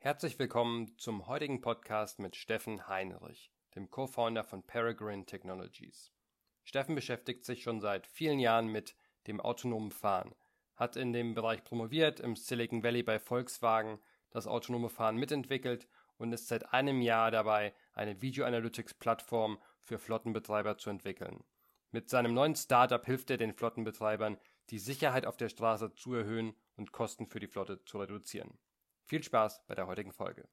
Herzlich willkommen zum heutigen Podcast mit Steffen Heinrich, dem Co-Founder von Peregrine Technologies. Steffen beschäftigt sich schon seit vielen Jahren mit dem autonomen Fahren, hat in dem Bereich promoviert, im Silicon Valley bei Volkswagen das autonome Fahren mitentwickelt und ist seit einem Jahr dabei, eine Video Analytics Plattform für Flottenbetreiber zu entwickeln. Mit seinem neuen Startup hilft er den Flottenbetreibern, die Sicherheit auf der Straße zu erhöhen und Kosten für die Flotte zu reduzieren. Viel Spaß bei der heutigen Folge.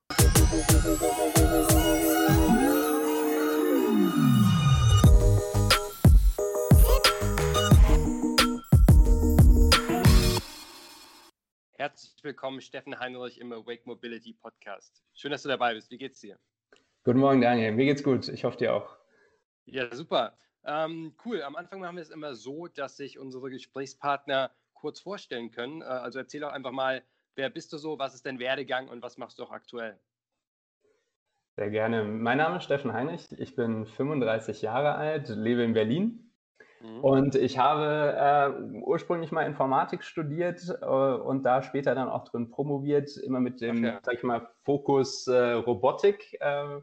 Herzlich willkommen, Steffen Heinrich im Awake Mobility Podcast. Schön, dass du dabei bist. Wie geht's dir? Guten Morgen, Daniel. Mir geht's gut. Ich hoffe, dir auch. Ja, super. Cool. Am Anfang machen wir es immer so, dass sich unsere Gesprächspartner kurz vorstellen können. Also erzähl doch einfach mal, wer bist du so, was ist dein Werdegang und was machst du auch aktuell? Sehr gerne. Mein Name ist Steffen Heinrich. Ich bin 35 Jahre alt, lebe in Berlin und ich habe ursprünglich mal Informatik studiert und da später dann auch drin promoviert, immer mit dem, sag ich mal, Fokus Robotik.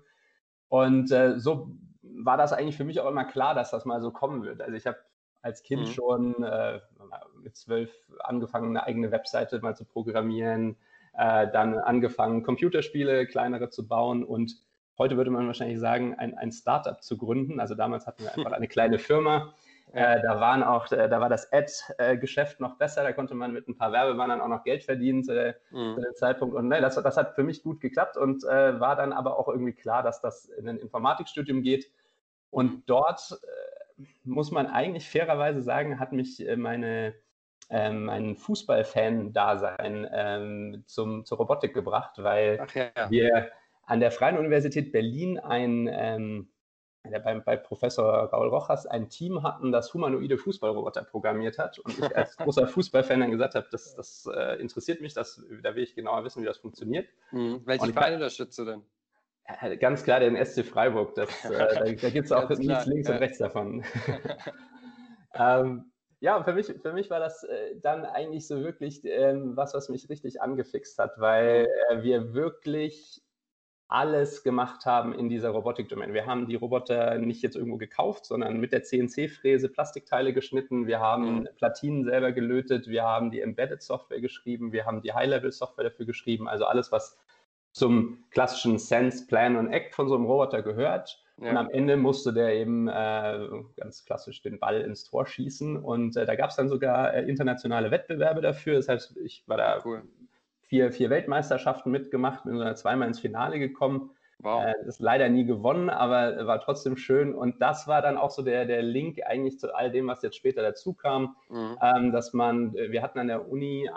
So war das eigentlich für mich auch immer klar, dass das mal so kommen wird. Also ich habe als Kind schon mit 12 angefangen, eine eigene Webseite mal zu programmieren, dann angefangen, Computerspiele, kleinere zu bauen und heute würde man wahrscheinlich sagen, ein Startup zu gründen. Also damals hatten wir einfach eine kleine Firma. Da war das Ad-Geschäft noch besser, da konnte man mit ein paar Werbebannern auch noch Geld verdienen zu dem Zeitpunkt. Und das hat für mich gut geklappt und war dann aber auch irgendwie klar, dass das in ein Informatikstudium geht. Und dort muss man eigentlich fairerweise sagen, hat mich mein Fußballfan-Dasein zur Robotik gebracht, weil wir an der Freien Universität Berlin bei Professor Raul Rojas ein Team hatten, das humanoide Fußballroboter programmiert hat. Und ich als großer Fußballfan dann gesagt habe, das interessiert mich, da will ich genauer wissen, wie das funktioniert. Welche Vereine unterstützt du denn? Ganz klar den SC Freiburg. Da gibt es auch nichts links und rechts davon. Ja, für mich war das dann eigentlich so wirklich was mich richtig angefixt hat, weil wir wirklich alles gemacht haben in dieser Robotik-Domain. Wir haben die Roboter nicht jetzt irgendwo gekauft, sondern mit der CNC-Fräse Plastikteile geschnitten. Wir haben Platinen selber gelötet. Wir haben die Embedded-Software geschrieben. Wir haben die High-Level-Software dafür geschrieben. Also alles, was zum klassischen Sense, Plan und Act von so einem Roboter gehört. Ja. Und am Ende musste der eben ganz klassisch den Ball ins Tor schießen. Und da gab es dann sogar internationale Wettbewerbe dafür. Das heißt, ich war da vier Weltmeisterschaften mitgemacht, bin sogar zweimal ins Finale gekommen. Wow. Das leider nie gewonnen, aber war trotzdem schön. Und das war dann auch so der Link eigentlich zu all dem, was jetzt später dazu kam, dass wir hatten an der Uni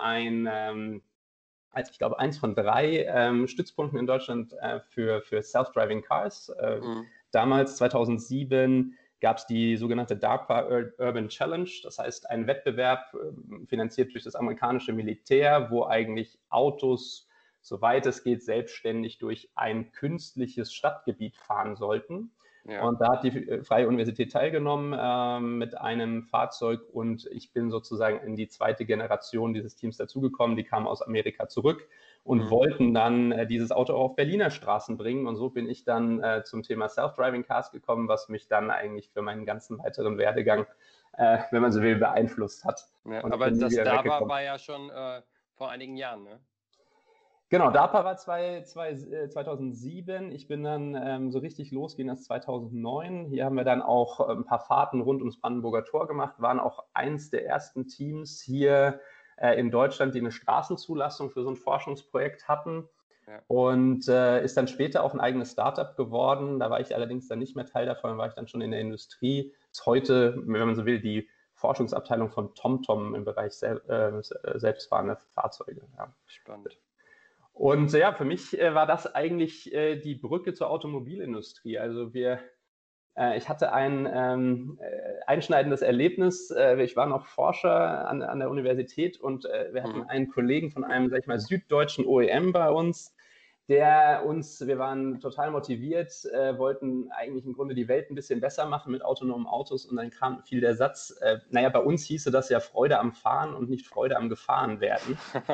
ich glaube, eins von 3 Stützpunkten in Deutschland für Self-Driving Cars. Damals, 2007, gab es die sogenannte DARPA Urban Challenge. Das heißt, ein Wettbewerb finanziert durch das amerikanische Militär, wo eigentlich Autos, soweit es geht, selbstständig durch ein künstliches Stadtgebiet fahren sollten. Ja. Und da hat die Freie Universität teilgenommen mit einem Fahrzeug und ich bin sozusagen in die zweite Generation dieses Teams dazugekommen. Die kamen aus Amerika zurück und wollten dann dieses Auto auch auf Berliner Straßen bringen. Und so bin ich dann zum Thema Self-Driving Cars gekommen, was mich dann eigentlich für meinen ganzen weiteren Werdegang, wenn man so will, beeinflusst hat. Ja, aber das DARPA war ja schon vor einigen Jahren, ne? Genau, DARPA war 2007. Ich bin dann so richtig losgehen erst 2009. Hier haben wir dann auch ein paar Fahrten rund ums Brandenburger Tor gemacht, waren auch eins der ersten Teams hier in Deutschland, die eine Straßenzulassung für so ein Forschungsprojekt hatten. Ja. Und ist dann später auch ein eigenes Startup geworden. Da war ich allerdings dann nicht mehr Teil davon, war ich dann schon in der Industrie. Ist heute, wenn man so will, die Forschungsabteilung von TomTom im Bereich selbstfahrende Fahrzeuge. Ja. Spannend. Und ja, für mich war das eigentlich die Brücke zur Automobilindustrie. Also ich hatte ein einschneidendes Erlebnis. Ich war noch Forscher an der Universität und wir hatten einen Kollegen von einem, sag ich mal, süddeutschen OEM bei uns, wir waren total motiviert, wollten eigentlich im Grunde die Welt ein bisschen besser machen mit autonomen Autos und dann fiel der Satz, bei uns hieße das ja Freude am Fahren und nicht Freude am Gefahren werden.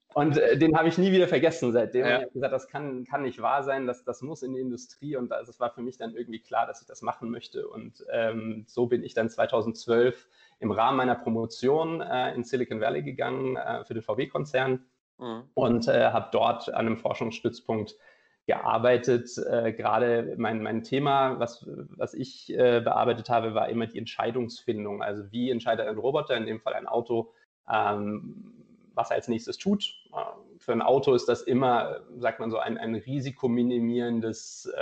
Und den habe ich nie wieder vergessen seitdem. Ja. Und ich habe gesagt, das kann nicht wahr sein, das muss in die Industrie. Und es war für mich dann irgendwie klar, dass ich das machen möchte. Und so bin ich dann 2012 im Rahmen meiner Promotion in Silicon Valley gegangen für den VW-Konzern und habe dort an einem Forschungsstützpunkt gearbeitet. Gerade mein Thema, was ich bearbeitet habe, war immer die Entscheidungsfindung. Also wie entscheidet ein Roboter, in dem Fall ein Auto, was er als nächstes tut. Für ein Auto ist das immer, sagt man so, ein risikominimierendes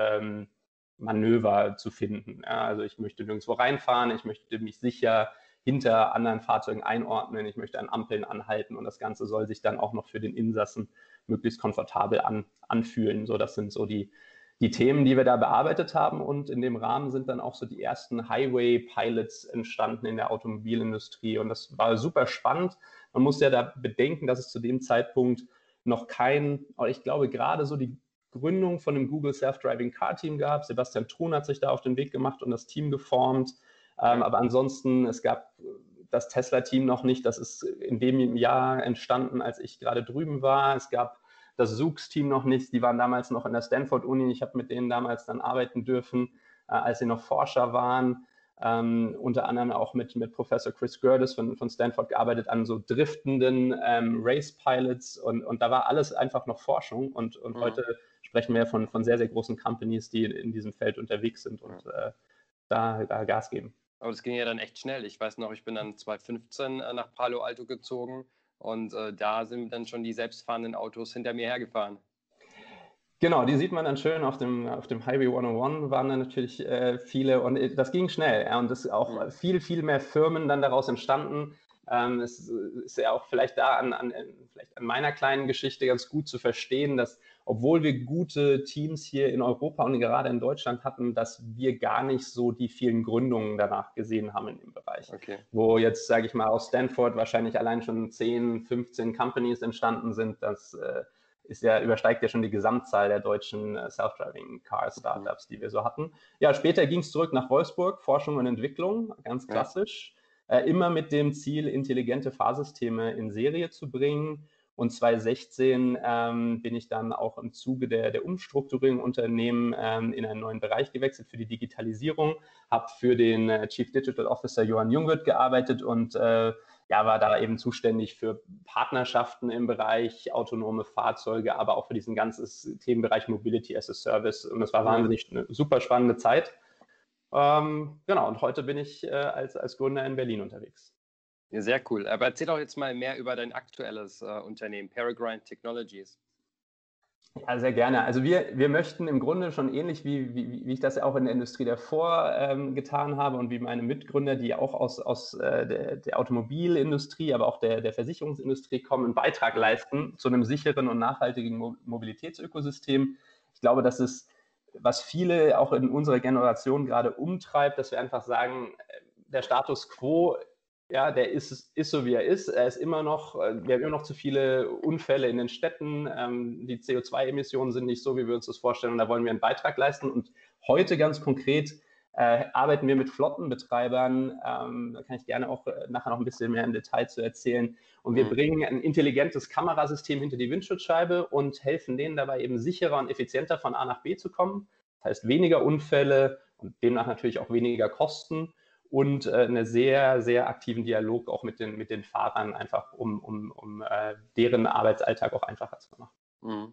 Manöver zu finden. Ja, also ich möchte nirgendwo reinfahren, ich möchte mich sicher hinter anderen Fahrzeugen einordnen, ich möchte an Ampeln anhalten und das Ganze soll sich dann auch noch für den Insassen möglichst komfortabel anfühlen. So, das sind so die Themen, die wir da bearbeitet haben, und in dem Rahmen sind dann auch so die ersten Highway-Pilots entstanden in der Automobilindustrie, und das war super spannend. Man muss ja da bedenken, dass es zu dem Zeitpunkt noch ich glaube gerade so die Gründung von einem Google Self-Driving Car Team gab. Sebastian Thrun hat sich da auf den Weg gemacht und das Team geformt. Aber ansonsten, es gab das Tesla-Team noch nicht. Das ist in dem Jahr entstanden, als ich gerade drüben war. Es gab das Zoox-Team noch nicht. Die waren damals noch in der Stanford-Uni. Ich habe mit denen damals dann arbeiten dürfen, als sie noch Forscher waren. Unter anderem auch mit Professor Chris Gerdes von Stanford gearbeitet an so driftenden Race-Pilots. Und da war alles einfach noch Forschung. Und heute sprechen wir von sehr, sehr großen Companies, die in diesem Feld unterwegs sind und da Gas geben. Aber das ging ja dann echt schnell. Ich weiß noch, ich bin dann 2015 nach Palo Alto gezogen und da sind dann schon die selbstfahrenden Autos hinter mir hergefahren. Genau, die sieht man dann schön auf dem Highway 101, waren dann natürlich viele, und das ging schnell. Ja, und das auch viel mehr Firmen dann daraus entstanden. Es ist ja auch vielleicht vielleicht an meiner kleinen Geschichte ganz gut zu verstehen, dass, obwohl wir gute Teams hier in Europa und gerade in Deutschland hatten, dass wir gar nicht so die vielen Gründungen danach gesehen haben in dem Bereich. Okay. Wo jetzt, sage ich mal, aus Stanford wahrscheinlich allein schon 10, 15 Companies entstanden sind, das übersteigt ja schon die Gesamtzahl der deutschen Self-Driving-Car-Startups, die wir so hatten. Ja, später ging es zurück nach Wolfsburg, Forschung und Entwicklung, ganz klassisch. Immer mit dem Ziel, intelligente Fahrsysteme in Serie zu bringen. Und 2016 bin ich dann auch im Zuge der Umstrukturierung Unternehmen in einen neuen Bereich gewechselt für die Digitalisierung, habe für den Chief Digital Officer Johann Jungwirth gearbeitet und war da eben zuständig für Partnerschaften im Bereich autonome Fahrzeuge, aber auch für diesen ganzen Themenbereich Mobility as a Service. Und das war wahnsinnig eine super spannende Zeit. Genau, und heute bin ich als Gründer in Berlin unterwegs. Ja, sehr cool. Aber erzähl doch jetzt mal mehr über dein aktuelles Unternehmen, Peregrine Technologies. Ja, sehr gerne. Also wir möchten im Grunde schon ähnlich wie ich das ja auch in der Industrie davor getan habe und wie meine Mitgründer, die auch aus der Automobilindustrie, aber auch der Versicherungsindustrie kommen, einen Beitrag leisten zu einem sicheren und nachhaltigen Mobilitätsökosystem. Ich glaube, das ist, was viele auch in unserer Generation gerade umtreibt, dass wir einfach sagen, der Status quo, ja, der ist so, wie er ist. Wir haben immer noch zu viele Unfälle in den Städten. Die CO2-Emissionen sind nicht so, wie wir uns das vorstellen. Und da wollen wir einen Beitrag leisten. Und heute ganz konkret arbeiten wir mit Flottenbetreibern. Da kann ich gerne auch nachher noch ein bisschen mehr im Detail zu erzählen. Und wir bringen ein intelligentes Kamerasystem hinter die Windschutzscheibe und helfen denen dabei, eben sicherer und effizienter von A nach B zu kommen. Das heißt, weniger Unfälle und demnach natürlich auch weniger Kosten. Und einen sehr, sehr aktiven Dialog auch mit den Fahrern, einfach um deren Arbeitsalltag auch einfacher zu machen.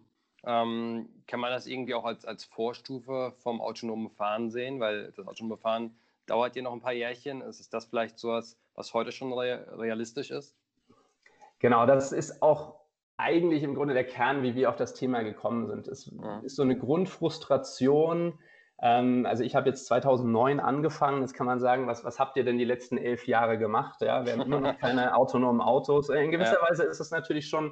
Kann man das irgendwie auch als Vorstufe vom autonomen Fahren sehen? Weil das autonome Fahren dauert ja noch ein paar Jährchen. Ist das vielleicht so was heute schon realistisch ist? Genau, das ist auch eigentlich im Grunde der Kern, wie wir auf das Thema gekommen sind. Es ist so eine Grundfrustration. Also ich habe jetzt 2009 angefangen. Jetzt kann man sagen, was habt ihr denn die letzten 11 Jahre gemacht? Ja, wir haben immer noch keine autonomen Autos. In gewisser Weise ist es natürlich schon,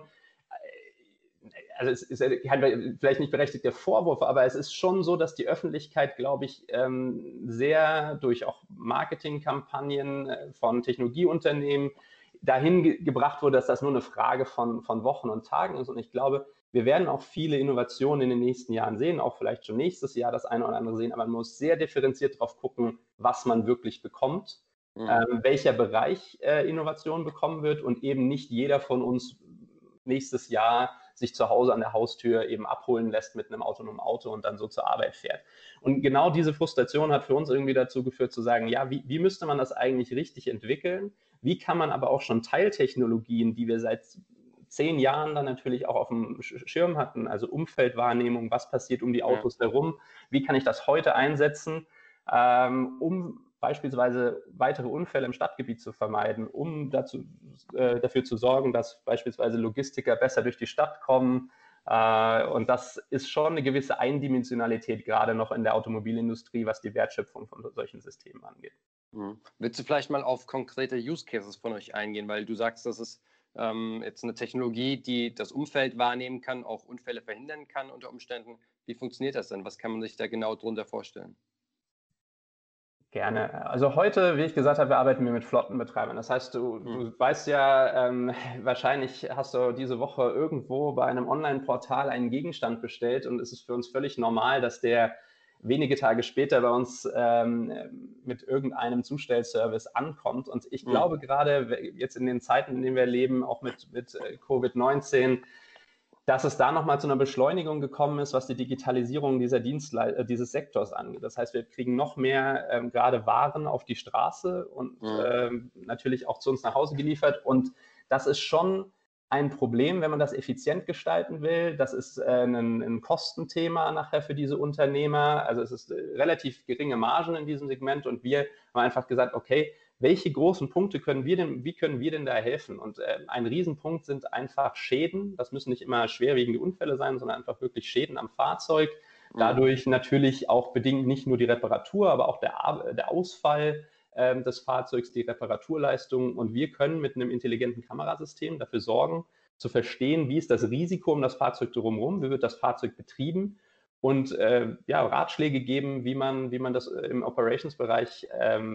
also es ist vielleicht nicht berechtigt der Vorwurf, aber es ist schon so, dass die Öffentlichkeit, glaube ich, sehr durch auch Marketingkampagnen von Technologieunternehmen dahin gebracht wurde, dass das nur eine Frage von Wochen und Tagen ist. Und ich glaube, wir werden auch viele Innovationen in den nächsten Jahren sehen, auch vielleicht schon nächstes Jahr das eine oder andere sehen, aber man muss sehr differenziert drauf gucken, was man wirklich bekommt, welcher Bereich Innovation bekommen wird, und eben nicht jeder von uns nächstes Jahr sich zu Hause an der Haustür eben abholen lässt mit einem autonomen Auto und dann so zur Arbeit fährt. Und genau diese Frustration hat für uns irgendwie dazu geführt zu sagen, ja, wie müsste man das eigentlich richtig entwickeln? Wie kann man aber auch schon Teiltechnologien, die wir seit 10 Jahren dann natürlich auch auf dem Schirm hatten, also Umfeldwahrnehmung, was passiert um die Autos herum, wie kann ich das heute einsetzen, um beispielsweise weitere Unfälle im Stadtgebiet zu vermeiden, um dafür zu sorgen, dass beispielsweise Logistiker besser durch die Stadt kommen. Und das ist schon eine gewisse Eindimensionalität, gerade noch in der Automobilindustrie, was die Wertschöpfung von solchen Systemen angeht. Willst du vielleicht mal auf konkrete Use Cases von euch eingehen, weil du sagst, das ist jetzt eine Technologie, die das Umfeld wahrnehmen kann, auch Unfälle verhindern kann unter Umständen. Wie funktioniert das denn? Was kann man sich da genau drunter vorstellen? Gerne. Also heute, wie ich gesagt habe, arbeiten wir mit Flottenbetreibern. Das heißt, du weißt ja, wahrscheinlich hast du diese Woche irgendwo bei einem Online-Portal einen Gegenstand bestellt und es ist für uns völlig normal, dass der wenige Tage später bei uns mit irgendeinem Zustellservice ankommt. Und ich glaube gerade jetzt in den Zeiten, in denen wir leben, auch mit Covid-19, dass es da nochmal zu einer Beschleunigung gekommen ist, was die Digitalisierung dieses Sektors angeht. Das heißt, wir kriegen noch mehr gerade Waren auf die Straße und natürlich auch zu uns nach Hause geliefert. Und das ist schon ein Problem, wenn man das effizient gestalten will. Das ist ein Kostenthema nachher für diese Unternehmer. Also es ist relativ geringe Margen in diesem Segment und wir haben einfach gesagt, okay, welche großen Punkte wie können wir denn da helfen? Und ein Riesenpunkt sind einfach Schäden. Das müssen nicht immer schwerwiegende Unfälle sein, sondern einfach wirklich Schäden am Fahrzeug. Dadurch natürlich auch bedingt nicht nur die Reparatur, aber auch der Ausfall des Fahrzeugs, die Reparaturleistung. Und wir können mit einem intelligenten Kamerasystem dafür sorgen, zu verstehen, wie ist das Risiko um das Fahrzeug drumherum, wie wird das Fahrzeug betrieben und Ratschläge geben, wie man das im Operations-Bereich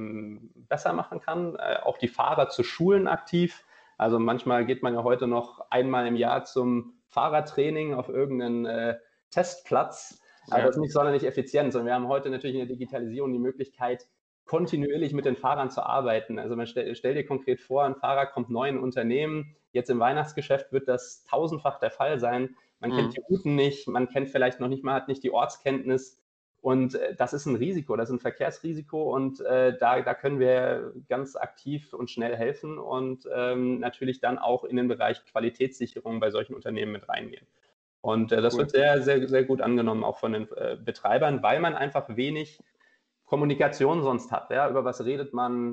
besser machen kann. Auch die Fahrer zu schulen aktiv. Also manchmal geht man ja heute noch einmal im Jahr zum Fahrertraining auf irgendeinen Testplatz. Aber das ist nicht sonderlich effizient, sondern wir haben heute natürlich in der Digitalisierung die Möglichkeit, kontinuierlich mit den Fahrern zu arbeiten. Also man stell dir konkret vor, ein Fahrer kommt neu in ein Unternehmen. Jetzt im Weihnachtsgeschäft wird das tausendfach der Fall sein. Man kennt die Routen nicht, man kennt vielleicht noch nicht mal, hat nicht die Ortskenntnis. Und das ist ein Risiko, das ist ein Verkehrsrisiko und da können wir ganz aktiv und schnell helfen und natürlich dann auch in den Bereich Qualitätssicherung bei solchen Unternehmen mit reingehen. Und das wird sehr, sehr, sehr gut angenommen, auch von den Betreibern, weil man einfach wenig Kommunikation sonst hat. Ja? Über was redet man?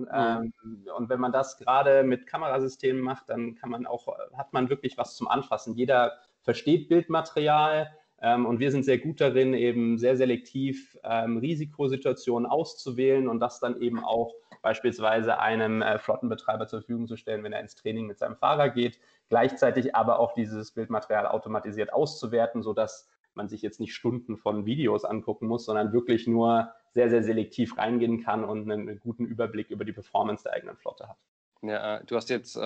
Und wenn man das gerade mit Kamerasystemen macht, dann hat man wirklich was zum Anfassen. Jeder versteht Bildmaterial und wir sind sehr gut darin, eben sehr selektiv Risikosituationen auszuwählen und das dann eben auch beispielsweise einem Flottenbetreiber zur Verfügung zu stellen, wenn er ins Training mit seinem Fahrer geht. Gleichzeitig aber auch dieses Bildmaterial automatisiert auszuwerten, sodass man sich jetzt nicht Stunden von Videos angucken muss, sondern wirklich nur sehr, sehr selektiv reingehen kann und einen guten Überblick über die Performance der eigenen Flotte hat. Ja, du hast jetzt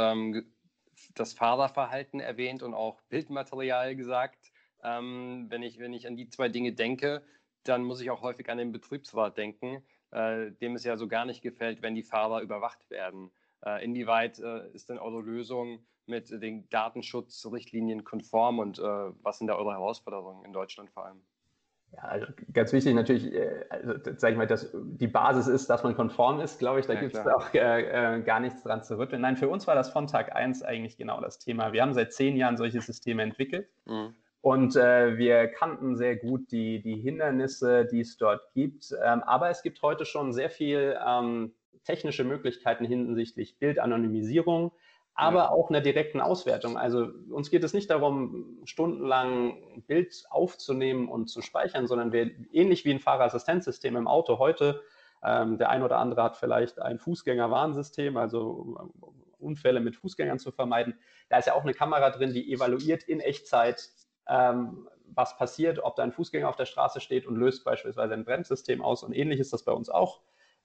das Fahrerverhalten erwähnt und auch Bildmaterial gesagt. Wenn ich an die zwei Dinge denke, dann muss ich auch häufig an den Betriebsrat denken, dem es ja so gar nicht gefällt, wenn die Fahrer überwacht werden. Inwieweit ist denn eure Lösung mit den Datenschutzrichtlinien konform und was sind da eure Herausforderungen in Deutschland vor allem? Ja, also ganz wichtig natürlich, sage ich mal, dass die Basis ist, dass man konform ist, glaube ich, da gibt es auch gar nichts dran zu rütteln. Nein, für uns war das von Tag 1 eigentlich genau das Thema. Wir haben seit 10 Jahren solche Systeme entwickelt und wir kannten sehr gut die Hindernisse, die es dort gibt. Aber es gibt heute schon sehr viel technische Möglichkeiten hinsichtlich Bildanonymisierung, aber auch einer direkten Auswertung. Also uns geht es nicht darum, stundenlang ein Bild aufzunehmen und zu speichern, sondern wir, ähnlich wie ein Fahrerassistenzsystem im Auto heute, der ein oder andere hat vielleicht ein Fußgängerwarnsystem, also Unfälle mit Fußgängern zu vermeiden. Da ist ja auch eine Kamera drin, die evaluiert in Echtzeit, was passiert, ob da ein Fußgänger auf der Straße steht und löst beispielsweise ein Bremssystem aus. Und ähnlich ist das bei uns auch.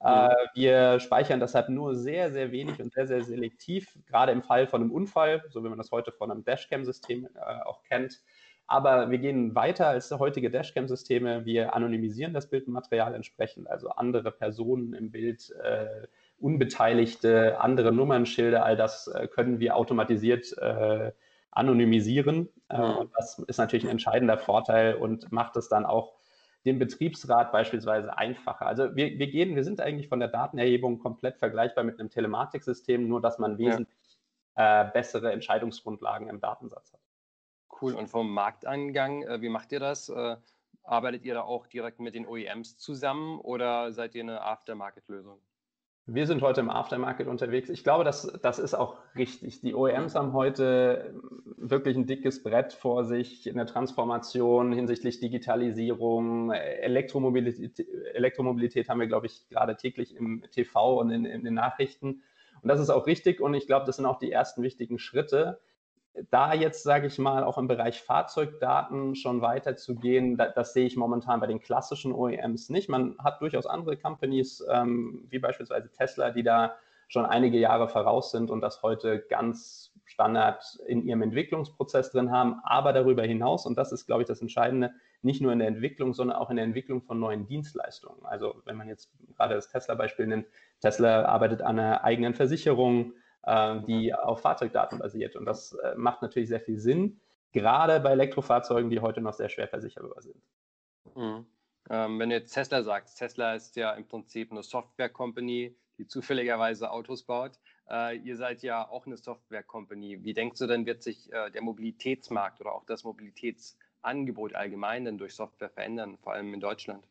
Wir speichern deshalb nur sehr, sehr wenig und sehr, sehr selektiv, gerade im Fall von einem Unfall, so wie man das heute von einem Dashcam-System auch kennt. Aber wir gehen weiter als heutige Dashcam-Systeme. Wir anonymisieren das Bildmaterial entsprechend, also andere Personen im Bild, Unbeteiligte, andere Nummernschilder, all das können wir automatisiert anonymisieren. Und das ist natürlich ein entscheidender Vorteil und macht es dann auch dem Betriebsrat beispielsweise einfacher. Also wir sind eigentlich von der Datenerhebung komplett vergleichbar mit einem Telematiksystem, nur dass man wesentlich bessere Entscheidungsgrundlagen im Datensatz hat. Cool. Und vom Markteingang, wie macht ihr das? Arbeitet ihr da auch direkt mit den OEMs zusammen oder seid ihr eine Aftermarket-Lösung? Wir sind heute im Aftermarket unterwegs. Ich glaube, das ist auch richtig. Die OEMs haben heute wirklich ein dickes Brett vor sich, eine Transformation hinsichtlich Digitalisierung, Elektromobilität haben wir, glaube ich, gerade täglich im TV und in den Nachrichten. Und das ist auch richtig und ich glaube, das sind auch die ersten wichtigen Schritte. Da jetzt, sage ich mal, auch im Bereich Fahrzeugdaten schon weiterzugehen, das sehe ich momentan bei den klassischen OEMs nicht. Man hat durchaus andere Companies, wie beispielsweise Tesla, die da schon einige Jahre voraus sind und das heute ganz Standard in ihrem Entwicklungsprozess drin haben. Aber darüber hinaus, und das ist, glaube ich, das Entscheidende, nicht nur in der Entwicklung, sondern auch in der Entwicklung von neuen Dienstleistungen. Also wenn man jetzt gerade das Tesla-Beispiel nimmt, Tesla arbeitet an einer eigenen Versicherung, die auf Fahrzeugdaten basiert. Und das macht natürlich sehr viel Sinn, gerade bei Elektrofahrzeugen, die heute noch sehr schwer versicherbar sind. Mhm. Wenn du jetzt Tesla sagst, Tesla ist ja im Prinzip eine Software-Company, die zufälligerweise Autos baut. Ihr seid ja auch eine Software-Company. Wie denkst du denn, wird sich der Mobilitätsmarkt oder auch das Mobilitätsangebot allgemein denn durch Software verändern, vor allem in Deutschland?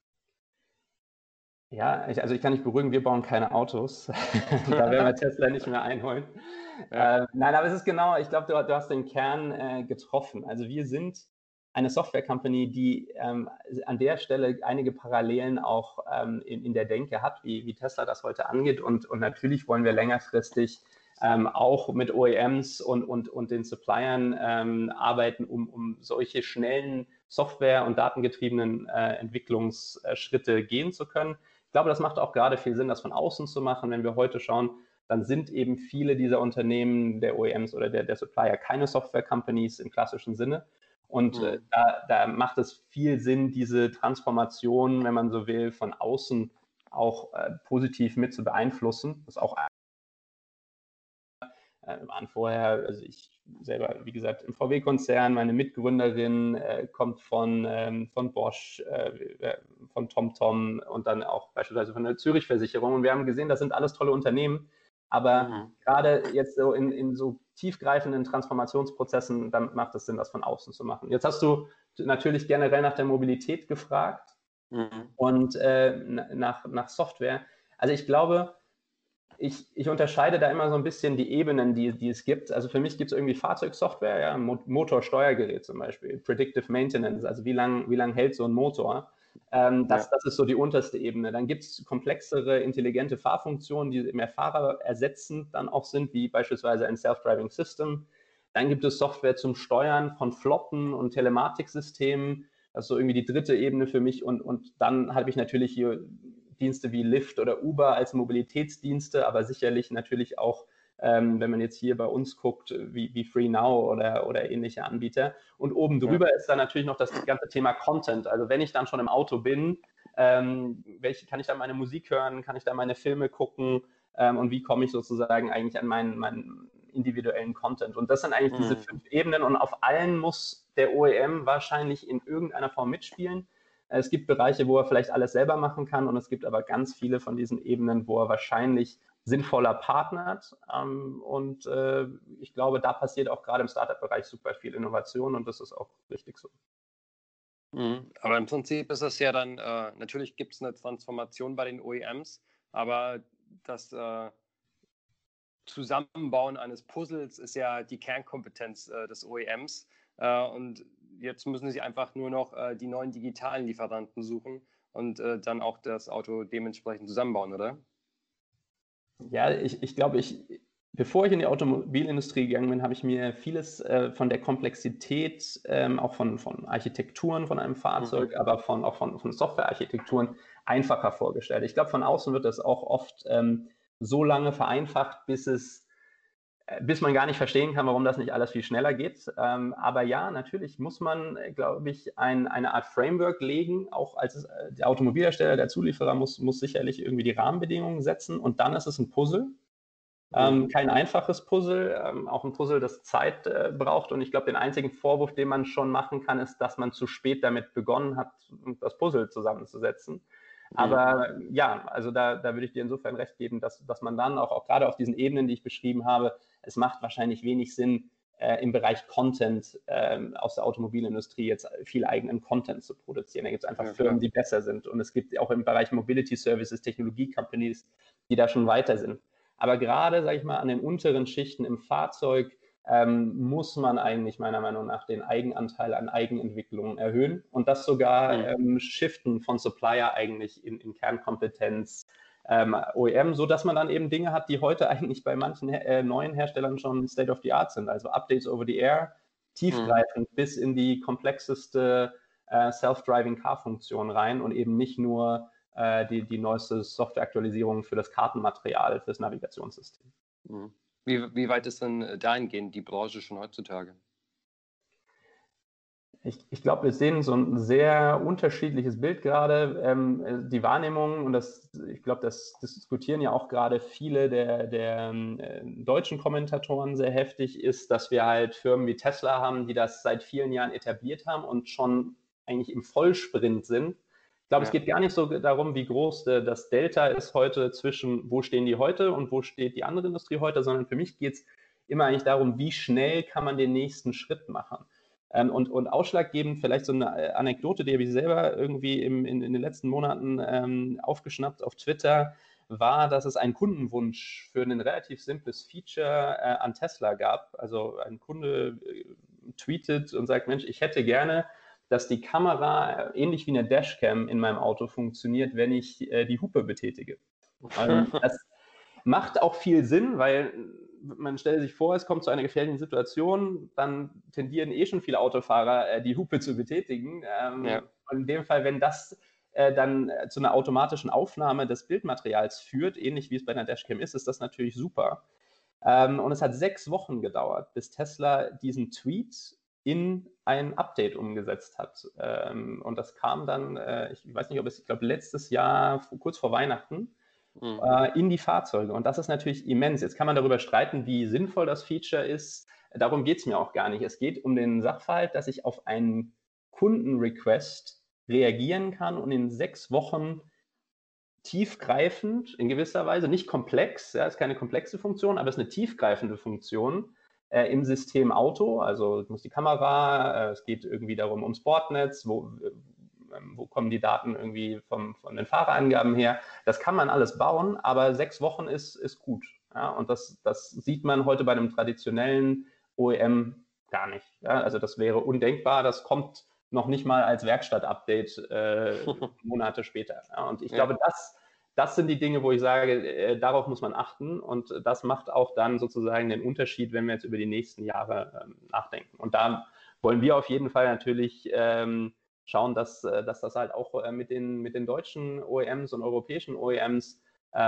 Ja, also ich kann dich beruhigen, wir bauen keine Autos. Da werden wir Tesla nicht mehr einholen. Ja. Nein, aber es ist genau, ich glaube, du hast den Kern getroffen. Also wir sind eine Software-Company, die an der Stelle einige Parallelen auch in der Denke hat, wie Tesla das heute angeht. Und natürlich wollen wir längerfristig auch mit OEMs und den Suppliern arbeiten, um solche schnellen Software- und datengetriebenen Entwicklungsschritte gehen zu können. Ich glaube, das macht auch gerade viel Sinn, das von außen zu machen. Wenn wir heute schauen, dann sind eben viele dieser Unternehmen, der OEMs oder der Supplier, keine Software-Companies im klassischen Sinne. Und da macht es viel Sinn, diese Transformation, wenn man so will, von außen auch positiv mit zu beeinflussen. Das ist auch waren vorher, also ich selber, wie gesagt, im VW-Konzern, meine Mitgründerin kommt von Bosch, von TomTom und dann auch beispielsweise von der Zürich-Versicherung. Und wir haben gesehen, das sind alles tolle Unternehmen, aber gerade jetzt so in so tiefgreifenden Transformationsprozessen, dann macht es Sinn, das von außen zu machen. Jetzt hast du natürlich generell nach der Mobilität gefragt und nach Software. Also ich glaube, ich unterscheide da immer so ein bisschen die Ebenen, die es gibt. Also für mich gibt es irgendwie Fahrzeugsoftware, ja, Motorsteuergerät zum Beispiel, Predictive Maintenance, also wie lang hält so ein Motor. Das ist so die unterste Ebene. Dann gibt es komplexere, intelligente Fahrfunktionen, die mehr Fahrer ersetzend dann auch sind, wie beispielsweise ein Self-Driving System. Dann gibt es Software zum Steuern von Flotten und Telematiksystemen. Das ist so irgendwie die dritte Ebene für mich. Und dann habe ich natürlich hier Dienste wie Lyft oder Uber als Mobilitätsdienste, aber sicherlich natürlich auch, wenn man jetzt hier bei uns guckt, wie FreeNow oder ähnliche Anbieter. Und oben drüber ist dann natürlich noch das ganze Thema Content. Also wenn ich dann schon im Auto bin, kann ich da meine Musik hören, kann ich da meine Filme gucken und wie komme ich sozusagen eigentlich an meinen individuellen Content. Und das sind eigentlich diese 5 Ebenen und auf allen muss der OEM wahrscheinlich in irgendeiner Form mitspielen. Es gibt Bereiche, wo er vielleicht alles selber machen kann und es gibt aber ganz viele von diesen Ebenen, wo er wahrscheinlich sinnvoller partnert. Und ich glaube, da passiert auch gerade im Startup-Bereich super viel Innovation und das ist auch richtig so. Aber im Prinzip ist es ja dann, natürlich gibt es eine Transformation bei den OEMs, aber das Zusammenbauen eines Puzzles ist ja die Kernkompetenz des OEMs. Und jetzt müssen sie einfach nur noch die neuen digitalen Lieferanten suchen und dann auch das Auto dementsprechend zusammenbauen, oder? Ja, ich glaube, bevor ich in die Automobilindustrie gegangen bin, habe ich mir vieles von der Komplexität, auch von Architekturen von einem Fahrzeug, aber auch von Softwarearchitekturen einfacher vorgestellt. Ich glaube, von außen wird das auch oft so lange vereinfacht, bis man gar nicht verstehen kann, warum das nicht alles viel schneller geht. Aber ja, natürlich muss man, glaube ich, eine Art Framework legen. Auch als der Automobilhersteller, der Zulieferer muss sicherlich irgendwie die Rahmenbedingungen setzen. Und dann ist es ein Puzzle. Kein einfaches Puzzle, auch ein Puzzle, das Zeit braucht. Und ich glaube, den einzigen Vorwurf, den man schon machen kann, ist, dass man zu spät damit begonnen hat, das Puzzle zusammenzusetzen. Aber ja, also da würde ich dir insofern recht geben, dass man dann auch gerade auf diesen Ebenen, die ich beschrieben habe, es macht wahrscheinlich wenig Sinn, im Bereich Content aus der Automobilindustrie jetzt viel eigenen Content zu produzieren. Da gibt es einfach Firmen, die besser sind. Und es gibt auch im Bereich Mobility Services Technologie-Companies, die da schon weiter sind. Aber gerade, sage ich mal, an den unteren Schichten im Fahrzeug muss man eigentlich meiner Meinung nach den Eigenanteil an Eigenentwicklungen erhöhen und das sogar shiften von Supplier eigentlich in Kernkompetenz OEM, sodass man dann eben Dinge hat, die heute eigentlich bei manchen neuen Herstellern schon State of the Art sind. Also Updates over the air, tiefgreifend bis in die komplexeste Self-Driving Car-Funktion rein und eben nicht nur die neueste Softwareaktualisierung für das Kartenmaterial, für das Navigationssystem. Wie weit ist denn dahingehend die Branche schon heutzutage? Ich glaube, wir sehen so ein sehr unterschiedliches Bild gerade. Die Wahrnehmung, und ich glaube, das diskutieren ja auch gerade viele der deutschen Kommentatoren sehr heftig, ist, dass wir halt Firmen wie Tesla haben, die das seit vielen Jahren etabliert haben und schon eigentlich im Vollsprint sind. Ich glaube, es geht gar nicht so darum, wie groß das Delta ist heute zwischen, wo stehen die heute und wo steht die andere Industrie heute, sondern für mich geht es immer eigentlich darum, wie schnell kann man den nächsten Schritt machen. Und ausschlaggebend, vielleicht so eine Anekdote, die habe ich selber irgendwie in den letzten Monaten aufgeschnappt auf Twitter, war, dass es einen Kundenwunsch für ein relativ simples Feature an Tesla gab. Also ein Kunde tweetet und sagt, Mensch, ich hätte gerne, dass die Kamera ähnlich wie eine Dashcam in meinem Auto funktioniert, wenn ich die Hupe betätige. Das macht auch viel Sinn, weil man stellt sich vor, es kommt zu einer gefährlichen Situation, dann tendieren schon viele Autofahrer, die Hupe zu betätigen. Und in dem Fall, wenn das dann zu einer automatischen Aufnahme des Bildmaterials führt, ähnlich wie es bei einer Dashcam ist das natürlich super. Und es hat 6 Wochen gedauert, bis Tesla diesen Tweet in ein Update umgesetzt hat. Und das kam dann, ich weiß nicht, ich glaube letztes Jahr, kurz vor Weihnachten, in die Fahrzeuge. Und das ist natürlich immens. Jetzt kann man darüber streiten, wie sinnvoll das Feature ist. Darum geht es mir auch gar nicht. Es geht um den Sachverhalt, dass ich auf einen Kundenrequest reagieren kann und in 6 Wochen tiefgreifend, in gewisser Weise, nicht komplex, ist keine komplexe Funktion, aber es ist eine tiefgreifende Funktion im System Auto. Also es muss die Kamera, es geht irgendwie darum ums Bordnetz, wo kommen die Daten irgendwie von den Fahrerangaben her. Das kann man alles bauen, aber 6 Wochen ist gut. Ja? Und das sieht man heute bei einem traditionellen OEM gar nicht. Ja? Also das wäre undenkbar. Das kommt noch nicht mal als Werkstatt-Update Monate später. Ja? Und ich glaube, das sind die Dinge, wo ich sage, darauf muss man achten. Und das macht auch dann sozusagen den Unterschied, wenn wir jetzt über die nächsten Jahre nachdenken. Und da wollen wir auf jeden Fall natürlich schauen, dass das halt auch mit den deutschen OEMs und europäischen OEMs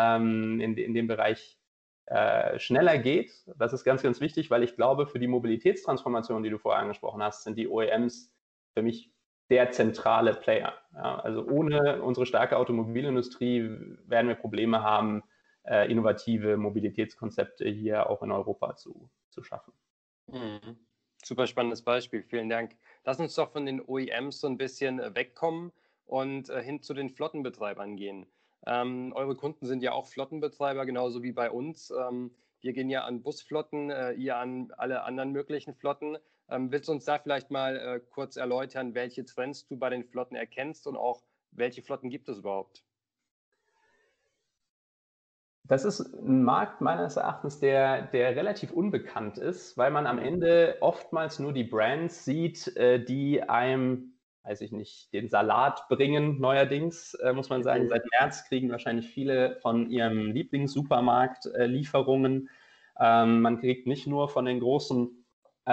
in dem Bereich schneller geht. Das ist ganz, ganz wichtig, weil ich glaube, für die Mobilitätstransformation, die du vorher angesprochen hast, sind die OEMs für mich der zentrale Player. Ja, also ohne unsere starke Automobilindustrie werden wir Probleme haben, innovative Mobilitätskonzepte hier auch in Europa zu schaffen. Super spannendes Beispiel, vielen Dank. Lass uns doch von den OEMs so ein bisschen wegkommen und hin zu den Flottenbetreibern gehen. Eure Kunden sind ja auch Flottenbetreiber, genauso wie bei uns. Wir gehen ja an Busflotten, ihr an alle anderen möglichen Flotten. Willst du uns da vielleicht mal kurz erläutern, welche Trends du bei den Flotten erkennst und auch welche Flotten gibt es überhaupt? Das ist ein Markt meines Erachtens, der relativ unbekannt ist, weil man am Ende oftmals nur die Brands sieht, die einem, weiß ich nicht, den Salat bringen neuerdings, muss man sagen. Seit März kriegen wahrscheinlich viele von ihrem Lieblingssupermarkt Lieferungen. Man kriegt nicht nur von den großen